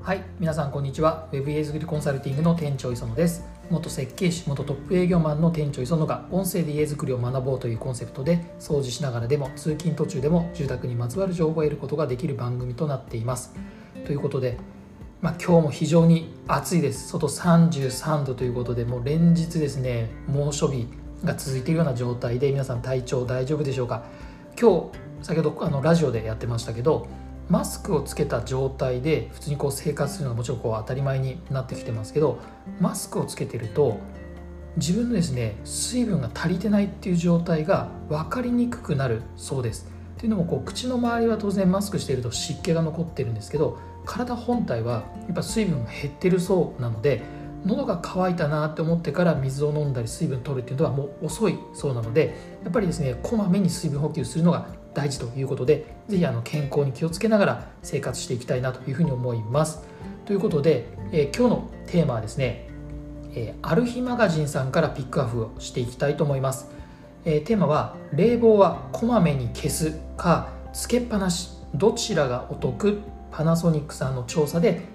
はい、皆さんこんにちは。 Web 家づくりコンサルティングの店長磯野です。元設計士、元トップ営業マンの店長磯野が音声で家づくりを学ぼうというコンセプトで、掃除しながらでも通勤途中でも住宅にまつわる情報を得ることができる番組となっています。ということで、今日も非常に暑いです。外33度ということで、もう連日ですね、猛暑日が続いているような状態で、皆さん体調大丈夫でしょうか。今日先ほどラジオでやってましたけど、マスクをつけた状態で普通に生活するのがもちろん当たり前になってきてますけど、マスクをつけてると自分のですね、水分が足りてないっていう状態が分かりにくくなるそうです。というのも口の周りは当然マスクしていると湿気が残ってるんですけど、体本体はやっぱ水分が減ってるそうなので、喉が渇いたなって思ってから水を飲んだり水分取るっていうのはもう遅いそうなので、やっぱりですね、こまめに水分補給するのが大事ということで、ぜひ健康に気をつけながら生活していきたいなというふうに思います。ということで、今日のテーマはですね、アルヒマガジンさんからピックアップをしていきたいと思います。テーマは冷房はこまめに消すかつけっぱなし、どちらがお得。パナソニックさんの調査で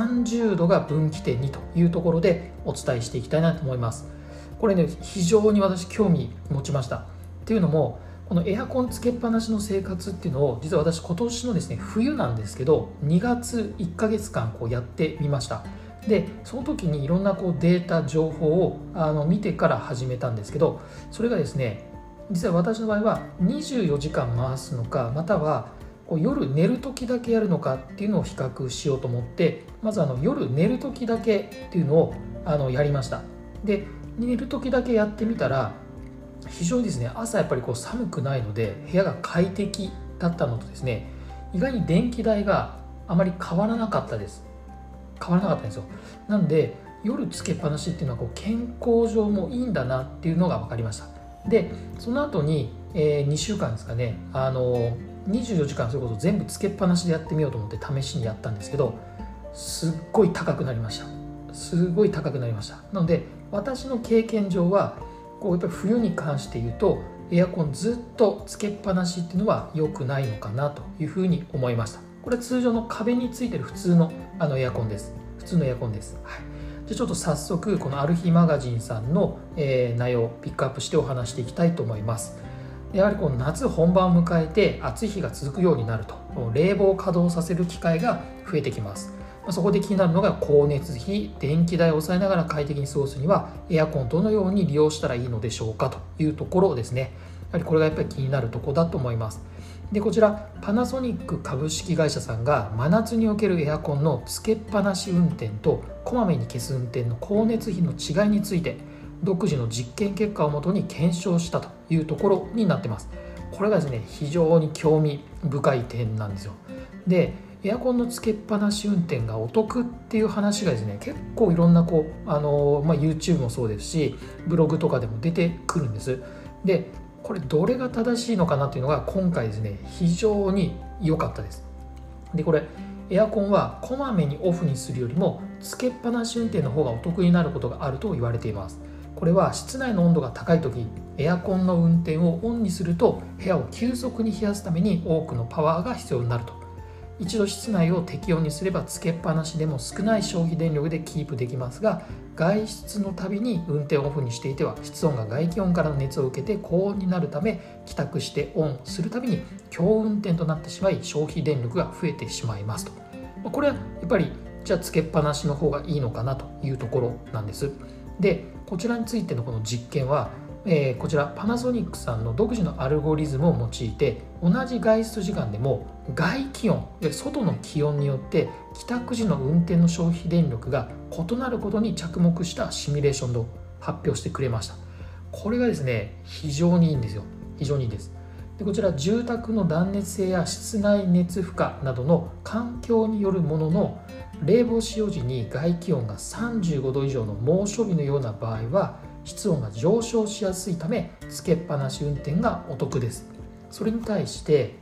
30度が分岐点にというところでお伝えしていきたいなと思います。これね、非常に私興味持ちました。っていうのも、このエアコンつけっぱなしの生活っていうのを、実は私今年のですね、冬なんですけど2月1ヶ月間やってみました。でその時にいろんなデータ情報を見てから始めたんですけど、それがですね、実は私の場合は24時間回すのか、または夜寝る時だけやるのかっていうのを比較しようと思って、まず夜寝る時だけっていうのをやりました。で寝る時だけやってみたら、非常にですね、朝やっぱり寒くないので部屋が快適だったのとですね、意外に電気代があまり変わらなかったんですよ。なので夜つけっぱなしっていうのは健康上もいいんだなっていうのが分かりました。でその後に、2週間ですかね、24時間それこそ全部つけっぱなしでやってみようと思って試しにやったんですけど、すっごい高くなりました。なので私の経験上はやっぱり冬に関して言うと、エアコンずっとつけっぱなしっていうのは良くないのかなというふうに思いました。これは通常の壁についてる普通のエアコンです。はい、じゃあちょっと早速このアルヒマガジンさんの内容をピックアップしてお話していきたいと思います。やはり夏本番を迎えて暑い日が続くようになると、冷房を稼働させる機会が増えてきます。そこで気になるのが光熱費、電気代を抑えながら快適に過ごすにはエアコンをどのように利用したらいいのでしょうかというところですね。やはりこれがやっぱり気になるところだと思います。でこちらパナソニック株式会社さんが真夏におけるエアコンのつけっぱなし運転とこまめに消す運転の光熱費の違いについて独自の実験結果をもとに検証したというところになってます。これがですね、非常に興味深い点なんですよ。でエアコンのつけっぱなし運転がお得っていう話がですね、結構いろんなYouTube もそうですし、ブログとかでも出てくるんです。でこれどれが正しいのかなっていうのが今回ですね、非常に良かったです。でこれエアコンはこまめにオフにするよりもつけっぱなし運転の方がお得になることがあると言われています。これは室内の温度が高い時、エアコンの運転をオンにすると部屋を急速に冷やすために多くのパワーが必要になると。一度室内を適温にすればつけっぱなしでも少ない消費電力でキープできますが、外出のたびに運転をオフにしていては室温が外気温からの熱を受けて高温になるため、帰宅してオンするたびに強運転となってしまい消費電力が増えてしまいますと。これはやっぱりじゃあつけっぱなしの方がいいのかなというところなんです。でこちらについてのこの実験は、こちらパナソニックさんの独自のアルゴリズムを用いて、同じ外出時間でも外気温、外の気温によって帰宅時の運転の消費電力が異なることに着目したシミュレーションを発表してくれました。これがですね、非常にいいんですよ。非常にいいです。でこちら住宅の断熱性や室内熱負荷などの環境によるものの、冷房使用時に外気温が35度以上の猛暑日のような場合は室温が上昇しやすいためつけっぱなし運転がお得です。それに対して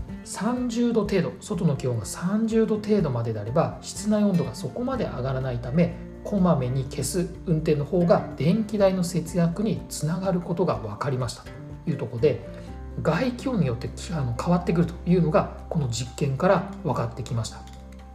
30度程度、外の気温が30度程度までであれば室内温度がそこまで上がらないため、こまめに消す運転の方が電気代の節約につながることが分かりましたというところで、外気温によって変わってくるというのがこの実験から分かってきました。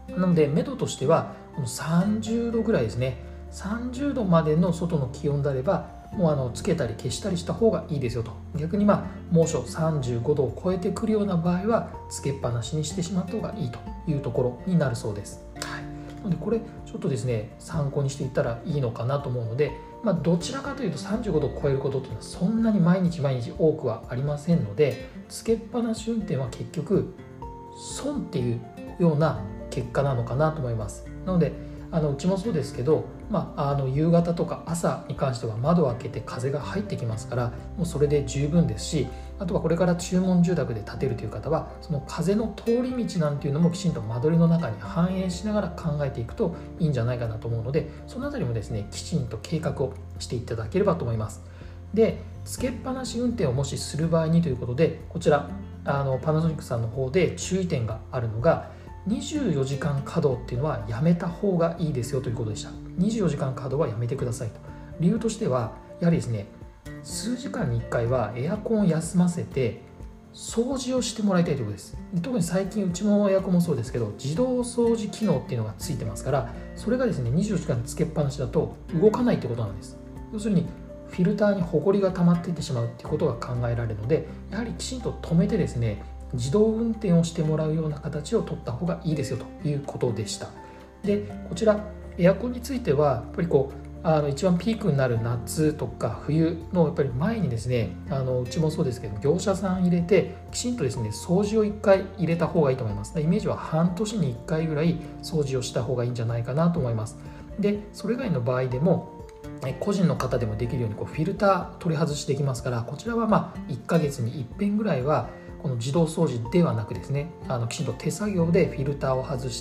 なので目処としてはこの30度ぐらいですね。30度までの外の気温であればもうつけたり消したりした方がいいですよと。逆に猛暑35度を超えてくるような場合はつけっぱなしにしてしまった方がいいというところになるそうです。はい、なのでこれちょっとですね参考にしていったらいいのかなと思うので、どちらかというと35度を超えることっていうのはそんなに毎日多くはありませんので、つけっぱなし運転は結局損っていうような結果なのかなと思います。なのでうちもそうですけど、夕方とか朝に関しては窓を開けて風が入ってきますから、もうそれで十分ですし、あとはこれから注文住宅で建てるという方はその風の通り道なんていうのもきちんと間取りの中に反映しながら考えていくといいんじゃないかなと思うので、そのあたりもですねきちんと計画をしていただければと思います。で、つけっぱなし運転をもしする場合にということで、こちらパナソニックさんの方で注意点があるのが、24時間稼働っていうのはやめた方がいいですよということでした。24時間稼働はやめてくださいと。理由としてはやはりですね、数時間に1回はエアコンを休ませて掃除をしてもらいたいということです。特に最近うちもエアコンもそうですけど自動掃除機能っていうのがついてますから、それがですね24時間つけっぱなしだと動かないってことなんです。要するにフィルターにホコリが溜まっていってしまうっていうことが考えられるので、やはりきちんと止めてですね自動運転をしてもらうような形を取った方がいいですよということでした。で、こちらエアコンについてはやっぱり一番ピークになる夏とか冬のやっぱり前にですね、うちもそうですけど業者さん入れてきちんとですね掃除を1回入れた方がいいと思います。イメージは半年に1回ぐらい掃除をした方がいいんじゃないかなと思います。で、それ以外の場合でも個人の方でもできるようにフィルター取り外しできますから、こちらは1ヶ月に1遍ぐらいはこの自動掃除ではなくですね、きちんと手作業でフィルターを外して、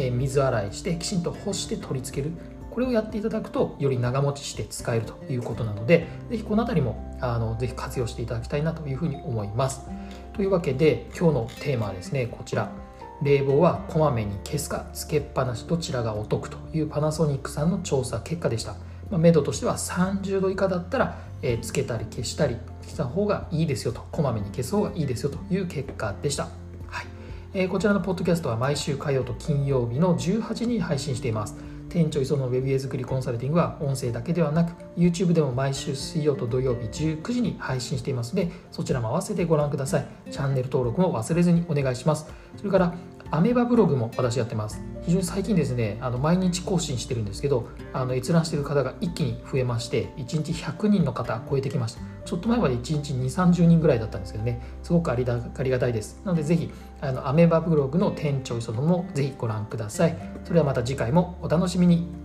水洗いしてきちんと干して取り付ける、これをやっていただくとより長持ちして使えるということなので、ぜひこのあたりもぜひ活用していただきたいなというふうに思います。というわけで今日のテーマはですねこちら、冷房はこまめに消すかつけっぱなしどちらがお得というパナソニックさんの調査結果でした。目処としては30度以下だったらつけたり消したりした方がいいですよと、こまめに消す方がいいですよという結果でした。はい、こちらのポッドキャストは毎週火曜と金曜日の18時に配信しています。店長磯のウェブ絵作りコンサルティングは音声だけではなく YouTube でも毎週水曜と土曜日19時に配信していますので、そちらも合わせてご覧ください。チャンネル登録も忘れずにお願いします。それからアメバブログも私やってます。非常に最近ですね毎日更新してるんですけど、閲覧している方が一気に増えまして、1日100人の方超えてきました。ちょっと前まで1日2、30人ぐらいだったんですけどね、すごくありがたいです。なのでぜひアメバブログの店長磯野もぜひご覧ください。それではまた次回もお楽しみに。